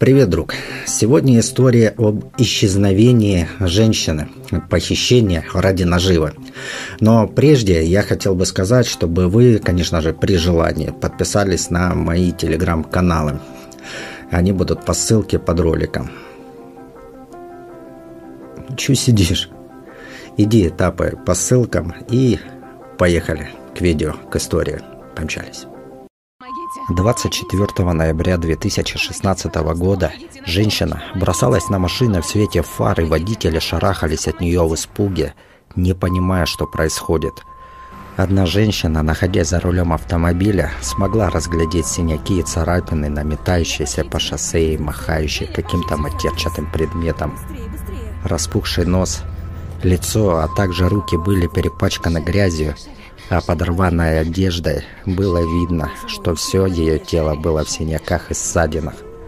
Привет, друг. Сегодня история об исчезновении женщины, похищении ради наживы. Но прежде я хотел бы сказать, чтобы вы, конечно же, при желании подписались на мои телеграм-каналы. Они будут по ссылке под роликом. Чё сидишь? Иди тапай по ссылкам и поехали к видео, к истории. Помчались. 24 ноября 2016 года женщина бросалась на машину в свете фар, и водители шарахались от нее в испуге, не понимая, что происходит. Одна женщина, находясь за рулем автомобиля, смогла разглядеть синяки и царапины на метающейся по шоссе и махающей каким-то матерчатым предметом. Распухший нос, лицо, а также руки были перепачканы грязью, а под рваной одеждой было видно, что все ее тело было в синяках и ссадинах.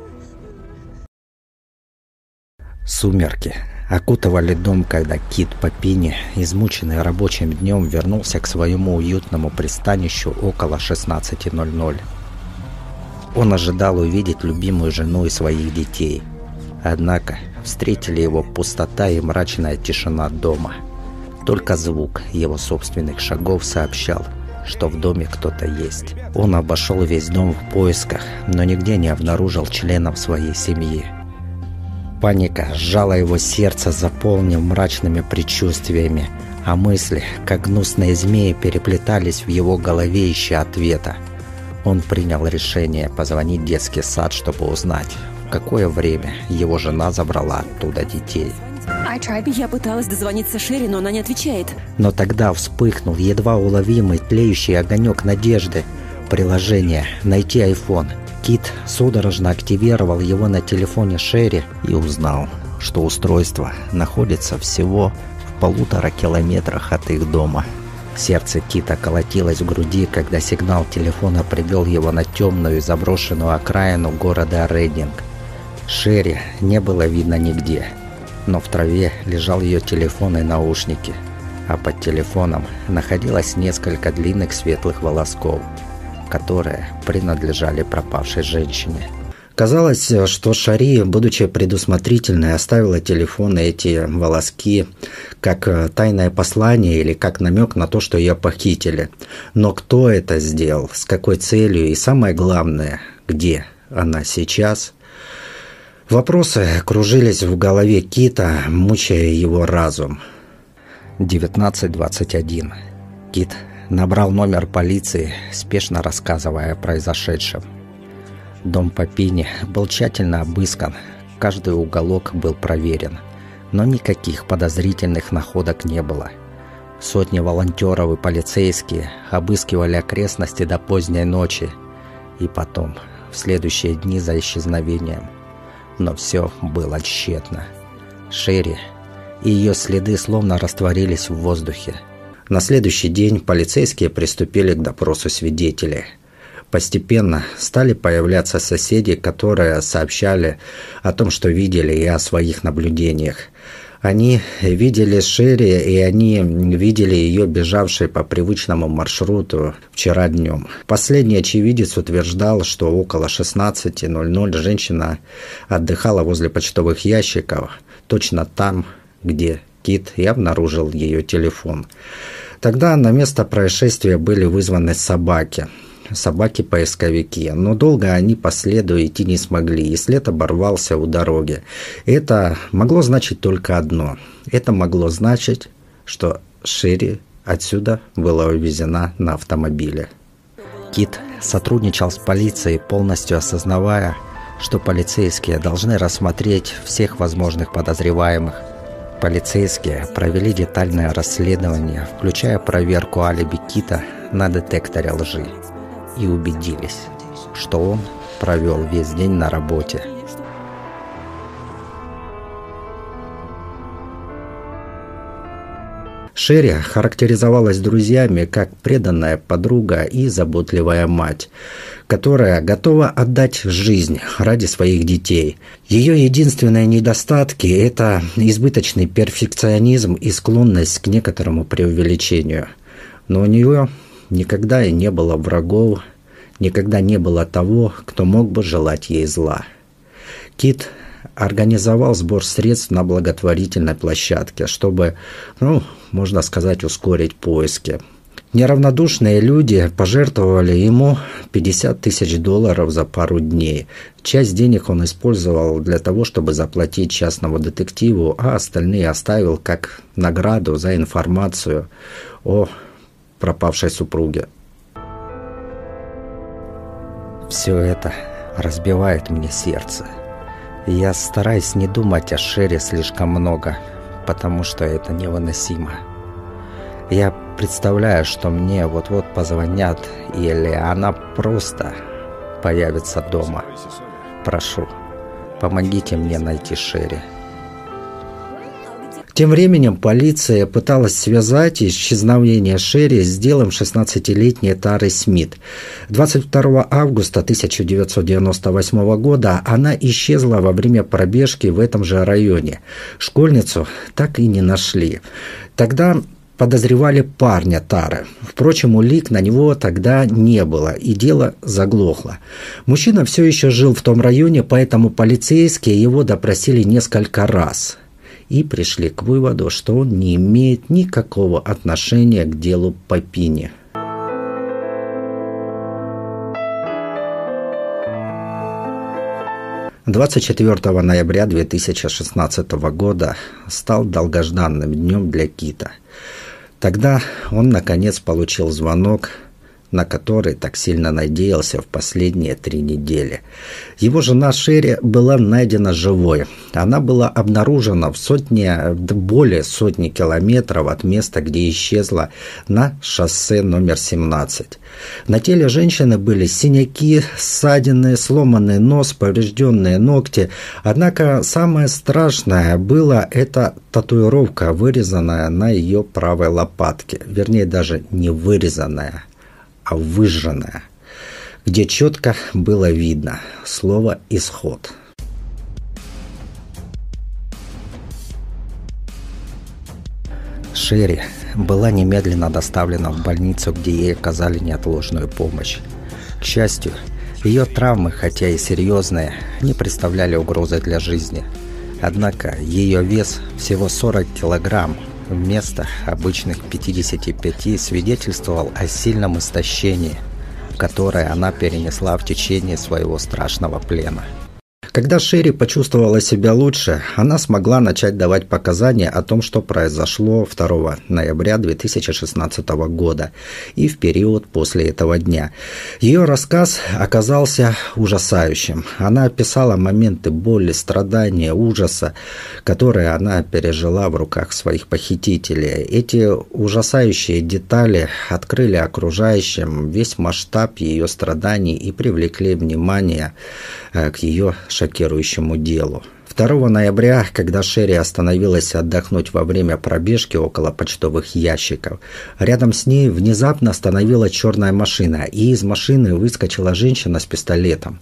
Сумерки окутывали дом, когда Кит Папини, измученный рабочим днем, вернулся к своему уютному пристанищу около 16:00. Он ожидал увидеть любимую жену и своих детей. Однако встретили его пустота и мрачная тишина дома. Только звук его собственных шагов сообщал, что в доме кто-то есть. Он обошел весь дом в поисках, но нигде не обнаружил членов своей семьи. Паника сжала его сердце, заполнив мрачными предчувствиями, а мысли, как гнусные змеи, переплетались в его голове, ища ответа. Он принял решение позвонить в детский сад, чтобы узнать, в какое время его жена забрала оттуда детей. Я пыталась дозвониться Шерри, но она не отвечает. Но тогда вспыхнул едва уловимый тлеющий огонек надежды. Приложение «Найти iPhone». Кит судорожно активировал его на телефоне Шерри и узнал, что устройство находится всего в 1,5 километрах от их дома. Сердце Кита колотилось в груди, когда сигнал телефона привел его на темную и заброшенную окраину города Рейдинг. Шерри не было видно нигде. Но в траве лежал ее телефон и наушники, а под телефоном находилось несколько длинных светлых волосков, которые принадлежали пропавшей женщине. Казалось, что Шерри, будучи предусмотрительной, оставила телефон и эти волоски как тайное послание или как намек на то, что ее похитили. Но кто это сделал, с какой целью и, самое главное, где она сейчас? Вопросы кружились в голове Кита, мучая его разум. 19:21. Кит набрал номер полиции, спешно рассказывая о произошедшем. Дом Папини был тщательно обыскан, каждый уголок был проверен, но никаких подозрительных находок не было. Сотни волонтеров и полицейские обыскивали окрестности до поздней ночи и потом, в следующие дни за исчезновением. Но все было тщетно. Шерри и ее следы словно растворились в воздухе. На следующий день полицейские приступили к допросу свидетелей. Постепенно стали появляться соседи, которые сообщали о том, что видели, и о своих наблюдениях. Они видели Шерри, и они видели ее бежавшей по привычному маршруту вчера днем. Последний очевидец утверждал, что около 16:00 женщина отдыхала возле почтовых ящиков, точно там, где Кит и обнаружил ее телефон. Тогда на место происшествия были вызваны собаки-поисковики, но долго они по следу идти не смогли, и след оборвался у дороги. Это могло значить только одно. Это могло значить, что Шерри отсюда была увезена на автомобиле. Кит сотрудничал с полицией, полностью осознавая, что полицейские должны рассмотреть всех возможных подозреваемых. Полицейские провели детальное расследование, включая проверку алиби Кита на детекторе лжи, и убедились, что он провел весь день на работе. Шерри характеризовалась друзьями как преданная подруга и заботливая мать, которая готова отдать жизнь ради своих детей. Ее единственные недостатки – это избыточный перфекционизм и склонность к некоторому преувеличению. Но у нее никогда и не было врагов, никогда не было того, кто мог бы желать ей зла. Кит организовал сбор средств на благотворительной площадке, чтобы, можно сказать, ускорить поиски. Неравнодушные люди пожертвовали ему $50 тысяч за пару дней. Часть денег он использовал для того, чтобы заплатить частному детективу, а остальные оставил как награду за информацию о пропавшей супруге. Все это разбивает мне сердце. Я стараюсь не думать о Шерри слишком много, потому что это невыносимо. Я представляю, что мне вот-вот позвонят, или она просто появится дома. Прошу, помогите мне найти Шерри. Тем временем полиция пыталась связать исчезновение Шерри с делом 16-летней Тары Смит. 22 августа 1998 года она исчезла во время пробежки в этом же районе. Школьницу так и не нашли. Тогда подозревали парня Тары. Впрочем, улик на него тогда не было, и дело заглохло. Мужчина все еще жил в том районе, поэтому полицейские его допросили несколько раз и пришли к выводу, что он не имеет никакого отношения к делу Папини. – 24 ноября 2016 года стал долгожданным днем для Кита. Тогда он, наконец, получил звонок, на который так сильно надеялся в последние 3 недели. Его жена Шерри была найдена живой. Она была обнаружена в более сотни километров от места, где исчезла, на шоссе номер 17. На теле женщины были синяки, ссадины, сломанный нос, поврежденные ногти. Однако самое страшное было это татуировка, вырезанная на ее правой лопатке. Вернее, даже не вырезанная, а выжженная, где четко было видно слово «исход». Шерри была немедленно доставлена в больницу, где ей оказали неотложную помощь. К счастью, ее травмы, хотя и серьезные, не представляли угрозы для жизни. Однако ее вес всего 40 килограмм вместо обычных 55 свидетельствовал о сильном истощении, которое она перенесла в течение своего страшного плена. Когда Шерри почувствовала себя лучше, она смогла начать давать показания о том, что произошло 2 ноября 2016 года и в период после этого дня. Ее рассказ оказался ужасающим. Она описала моменты боли, страдания, ужаса, которые она пережила в руках своих похитителей. Эти ужасающие детали открыли окружающим весь масштаб ее страданий и привлекли внимание к ее шокирующему делу. 2 ноября, когда Шерри остановилась отдохнуть во время пробежки около почтовых ящиков, рядом с ней внезапно остановилась черная машина, и из машины выскочила женщина с пистолетом.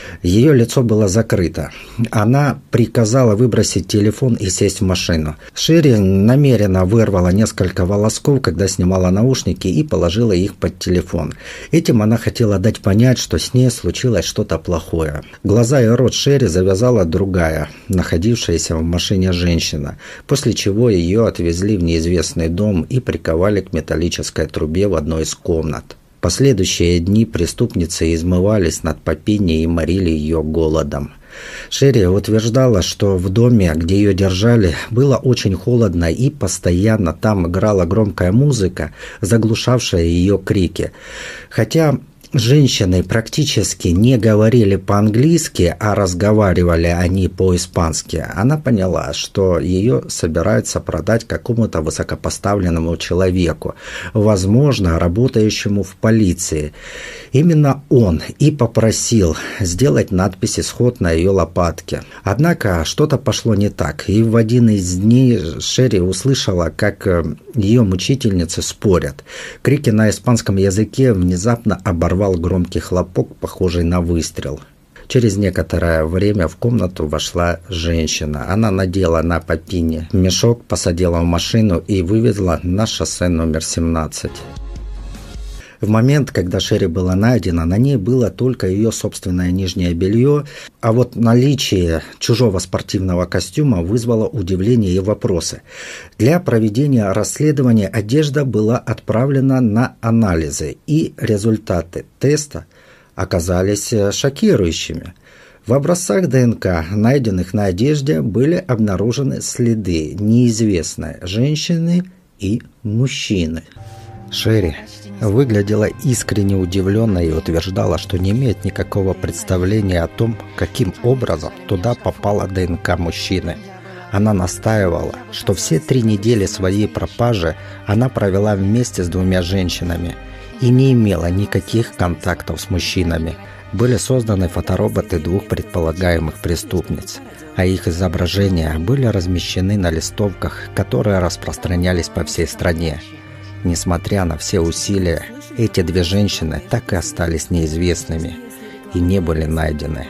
Ее лицо было закрыто. Она приказала выбросить телефон и сесть в машину. Шерри намеренно вырвала несколько волосков, когда снимала наушники, и положила их под телефон. Этим она хотела дать понять, что с ней случилось что-то плохое. Глаза и рот Шерри завязала другая, находившаяся в машине женщина, после чего ее отвезли в неизвестный дом и приковали к металлической трубе в одной из комнат. Последующие дни преступницы измывались над Папини и морили ее голодом. Шерри утверждала, что в доме, где ее держали, было очень холодно и постоянно там играла громкая музыка, заглушавшая ее крики. Хотя женщины практически не говорили по-английски, а разговаривали они по-испански, она поняла, что ее собираются продать какому-то высокопоставленному человеку, возможно, работающему в полиции. Именно он и попросил сделать надпись «Исход» на ее лопатке. Однако что-то пошло не так, и в один из дней Шерри услышала, как ее мучительницы спорят. Крики на испанском языке внезапно оборвал громкий хлопок, похожий на выстрел. Через некоторое время в комнату вошла женщина. Она надела на Папини мешок, посадила в машину и вывезла на шоссе номер 17. В момент, когда Шерри была найдена, на ней было только ее собственное нижнее белье, а вот наличие чужого спортивного костюма вызвало удивление и вопросы. Для проведения расследования одежда была отправлена на анализы, и результаты теста оказались шокирующими. В образцах ДНК, найденных на одежде, были обнаружены следы неизвестной женщины и мужчины. Шерри выглядела искренне удивленной и утверждала, что не имеет никакого представления о том, каким образом туда попала ДНК мужчины. Она настаивала, что все 3 недели своей пропажи она провела вместе с 2 женщинами и не имела никаких контактов с мужчинами. Были созданы фотороботы 2 предполагаемых преступниц, а их изображения были размещены на листовках, которые распространялись по всей стране. Несмотря на все усилия, эти 2 женщины так и остались неизвестными и не были найдены.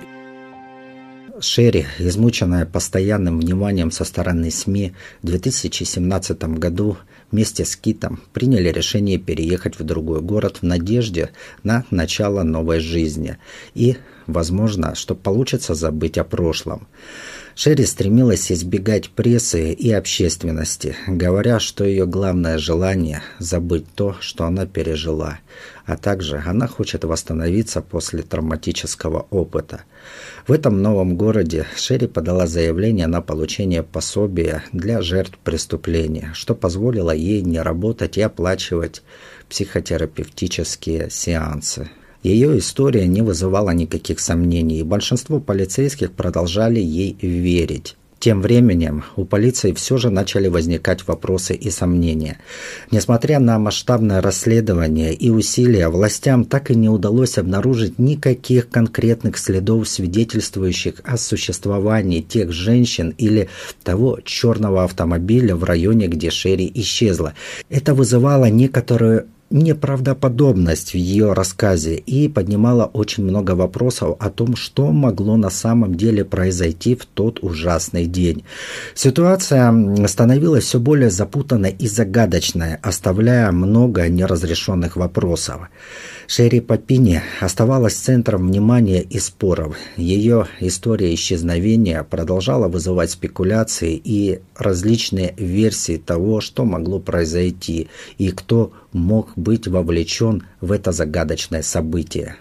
Шерри, измученная постоянным вниманием со стороны СМИ, в 2017 году вместе с Китом приняли решение переехать в другой город в надежде на начало новой жизни и, возможно, что получится забыть о прошлом. Шерри стремилась избегать прессы и общественности, говоря, что ее главное желание – забыть то, что она пережила, а также она хочет восстановиться после травматического опыта. В этом новом городе Шерри подала заявление на получение пособия для жертв преступления, что позволило ей не работать и оплачивать психотерапевтические сеансы. Ее история не вызывала никаких сомнений, и большинство полицейских продолжали ей верить. Тем временем у полиции все же начали возникать вопросы и сомнения. Несмотря на масштабное расследование и усилия, властям так и не удалось обнаружить никаких конкретных следов, свидетельствующих о существовании тех женщин или того черного автомобиля в районе, где Шерри исчезла. Это вызывало некоторую неправдоподобность в ее рассказе и поднимала очень много вопросов о том, что могло на самом деле произойти в тот ужасный день. Ситуация становилась все более запутанной и загадочной, оставляя много неразрешенных вопросов. Шерри Папини оставалась центром внимания и споров. Ее история исчезновения продолжала вызывать спекуляции и различные версии того, что могло произойти и кто мог быть вовлечен в это загадочное событие.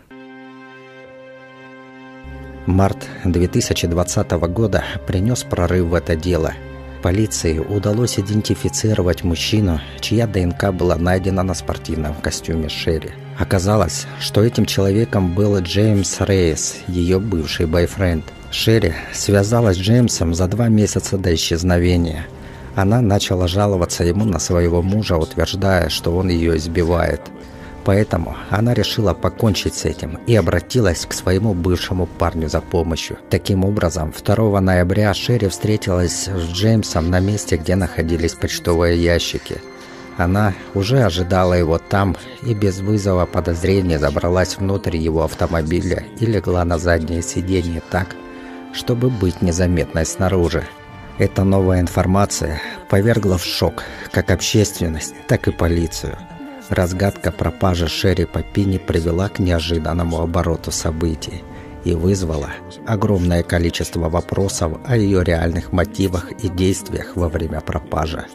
Март 2020 года принес прорыв в это дело. Полиции удалось идентифицировать мужчину, чья ДНК была найдена на спортивном костюме Шерри. Оказалось, что этим человеком был Джеймс Рейс, ее бывший бойфренд. Шерри связалась с Джеймсом за 2 месяца до исчезновения. Она начала жаловаться ему на своего мужа, утверждая, что он ее избивает. Поэтому она решила покончить с этим и обратилась к своему бывшему парню за помощью. Таким образом, 2 ноября Шерри встретилась с Джеймсом на месте, где находились почтовые ящики. Она уже ожидала его там и без вызова подозрения забралась внутрь его автомобиля и легла на заднее сиденье так, чтобы быть незаметной снаружи. Эта новая информация повергла в шок как общественность, так и полицию. Разгадка пропажи Шерри Папини привела к неожиданному обороту событий и вызвала огромное количество вопросов о ее реальных мотивах и действиях во время пропажи.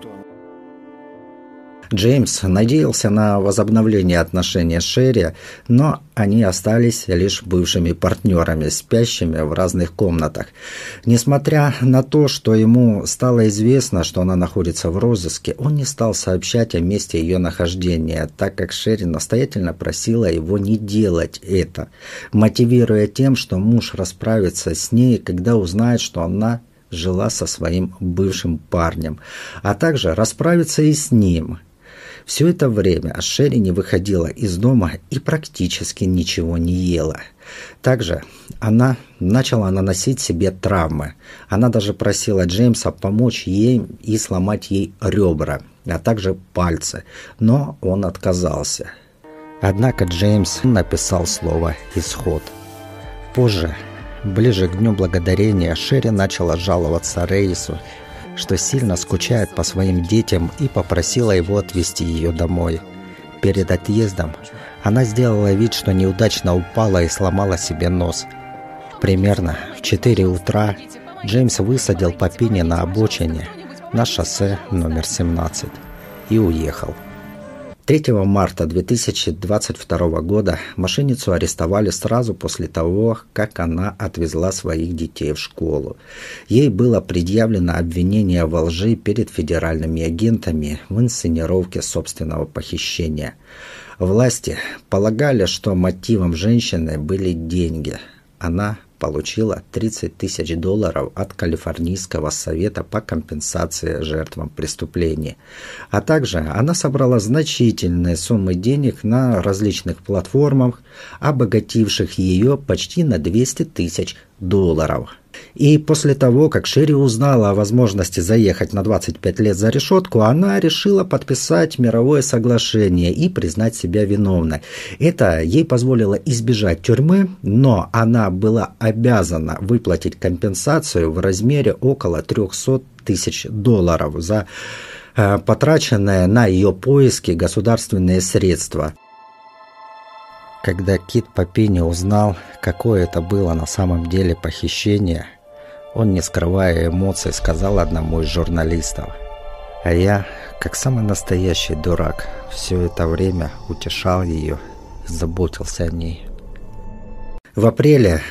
Джеймс надеялся на возобновление отношений с Шерри, но они остались лишь бывшими партнерами, спящими в разных комнатах. Несмотря на то, что ему стало известно, что она находится в розыске, он не стал сообщать о месте ее нахождения, так как Шерри настоятельно просила его не делать это, мотивируя тем, что муж расправится с ней, когда узнает, что она жила со своим бывшим парнем, а также расправится и с ним. Все это время Шерри не выходила из дома и практически ничего не ела. Также она начала наносить себе травмы. Она даже просила Джеймса помочь ей и сломать ей ребра, а также пальцы, но он отказался. Однако Джеймс написал слово «исход». Позже, ближе к Дню Благодарения, Шерри начала жаловаться Рейсу, что сильно скучает по своим детям, и попросила его отвезти ее домой. Перед отъездом она сделала вид, что неудачно упала и сломала себе нос. Примерно в 4 утра Джеймс высадил Папини на обочине на шоссе номер 17 и уехал. 3 марта 2022 года мошенницу арестовали сразу после того, как она отвезла своих детей в школу. Ей было предъявлено обвинение во лжи перед федеральными агентами в инсценировке собственного похищения. Власти полагали, что мотивом женщины были деньги. Она получила $30 тысяч от Калифорнийского совета по компенсации жертвам преступлений. А также она собрала значительные суммы денег на различных платформах, обогативших ее почти на $200 тысяч. И после того, как Шерри узнала о возможности заехать на 25 лет за решетку, она решила подписать мировое соглашение и признать себя виновной. Это ей позволило избежать тюрьмы, но она была обязана выплатить компенсацию в размере около $300 тысяч за потраченные на ее поиски государственные средства. Когда Кит Папини узнал, какое это было на самом деле похищение, он, не скрывая эмоций, сказал одному из журналистов: «А я, как самый настоящий дурак, все это время утешал ее и заботился о ней». В апреле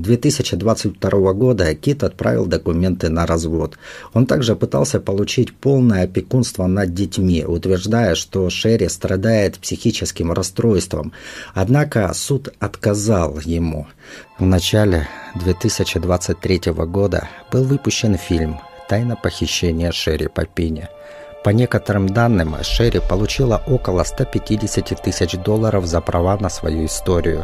2022 года Кит отправил документы на развод. Он также пытался получить полное опекунство над детьми, утверждая, что Шерри страдает психическим расстройством. Однако суд отказал ему. В начале 2023 года был выпущен фильм «Тайна похищения Шерри Папини». По некоторым данным, Шерри получила около $150 тысяч за права на свою историю.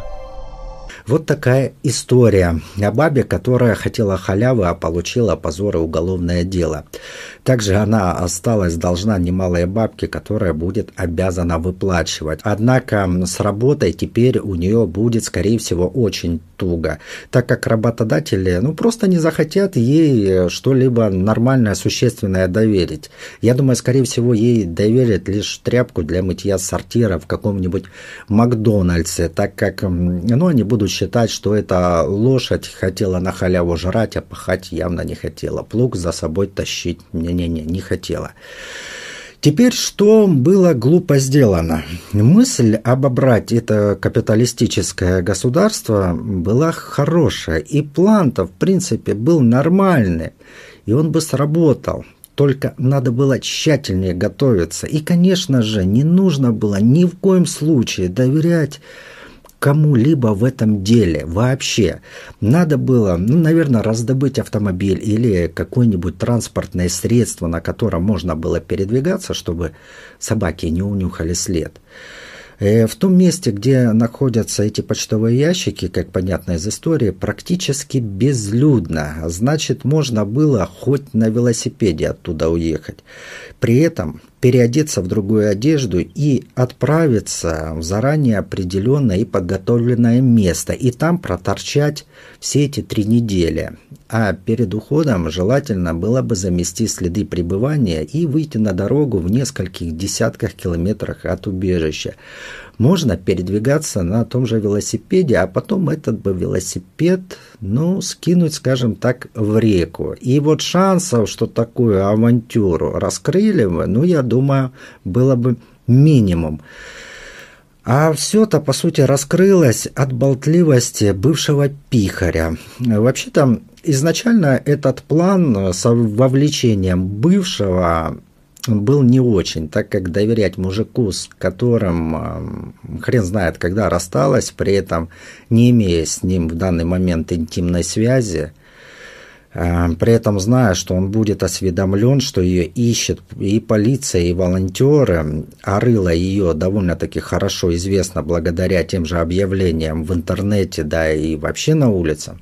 Вот такая история о бабе, которая хотела халявы, а получила позор и уголовное дело. Также она осталась должна немалые бабки, которые будет обязана выплачивать. Однако с работой теперь у нее будет, скорее всего, очень туго, так как работодатели просто не захотят ей что-либо нормальное, существенное доверить. Я думаю, скорее всего, ей доверят лишь тряпку для мытья сортира в каком-нибудь Макдональдсе, так как они будут считать, что эта лошадь хотела на халяву жрать, а пахать явно не хотела. Плуг за собой тащить не хотела. Теперь, что было глупо сделано? Мысль обобрать это капиталистическое государство была хорошая, и план-то, в принципе, был нормальный, и он бы сработал. Только надо было тщательнее готовиться. И, конечно же, не нужно было ни в коем случае доверять кому-либо в этом деле вообще. Надо было, наверное, раздобыть автомобиль или какое-нибудь транспортное средство, на котором можно было передвигаться, чтобы собаки не унюхали след. В том месте, где находятся эти почтовые ящики, как понятно из истории, практически безлюдно. Значит, можно было хоть на велосипеде оттуда уехать. При этом переодеться в другую одежду и отправиться в заранее определенное и подготовленное место, и там проторчать все эти 3 недели. А перед уходом желательно было бы замести следы пребывания и выйти на дорогу в нескольких десятках километрах от убежища. Можно передвигаться на том же велосипеде, а потом этот бы велосипед, скинуть, скажем так, в реку. И вот шансов, что такую авантюру раскрыли бы, я думаю, было бы минимум. А все-то, по сути, раскрылось от болтливости бывшего пихаря. Вообще-то, изначально этот план с вовлечением бывшего был не очень, так как доверять мужику, с которым хрен знает когда рассталась, при этом не имея с ним в данный момент интимной связи, при этом зная, что он будет осведомлен, что ее ищет и полиция, и волонтеры, а рыло ее довольно-таки хорошо известно благодаря тем же объявлениям в интернете, да и вообще на улице,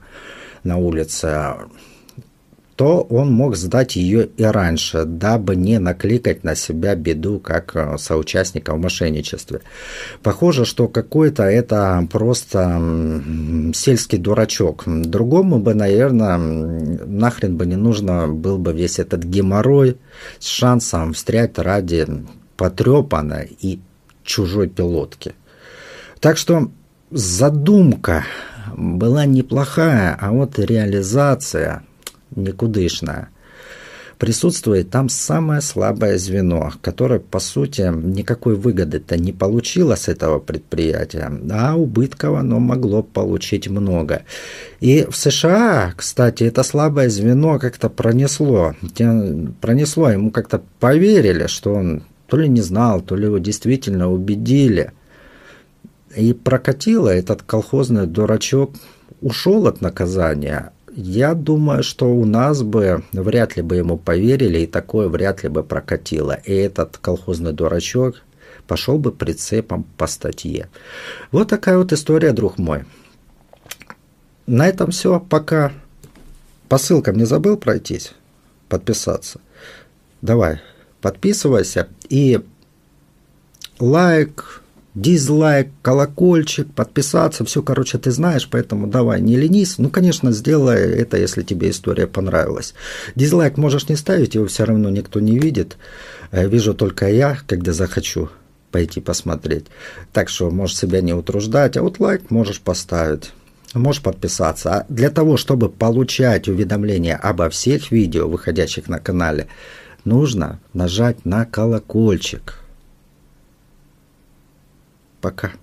то он мог сдать ее и раньше, дабы не накликать на себя беду как соучастника в мошенничестве. Похоже, что какой-то это просто сельский дурачок. Другому бы, наверное, нахрен бы не нужно был бы весь этот геморрой с шансом встрять ради потрепанной и чужой пилотки. Так что задумка была неплохая, а вот реализация никудышная. Присутствует там самое слабое звено, которое, по сути, никакой выгоды-то не получило с этого предприятия, а убытков оно могло получить много. И в США, кстати, это слабое звено как-то пронесло, ему как-то поверили, что он то ли не знал, то ли его действительно убедили. И прокатило, этот колхозный дурачок ушел от наказания. Я думаю, что у нас бы вряд ли бы ему поверили, и такое вряд ли бы прокатило. И этот колхозный дурачок пошел бы прицепом по статье. Вот такая вот история, друг мой. На этом все. Пока. По ссылкам не забыл пройтись? Подписаться? Давай, подписывайся. И лайк, дизлайк, колокольчик, подписаться, все, короче, ты знаешь, поэтому давай, не ленись. Ну, конечно, сделай это, если тебе история понравилась. Дизлайк можешь не ставить, его все равно никто не видит. Вижу только я, когда захочу пойти посмотреть. Так что можешь себя не утруждать, а вот лайк можешь поставить. Можешь подписаться. А для того, чтобы получать уведомления обо всех видео, выходящих на канале, нужно нажать на колокольчик. Пока.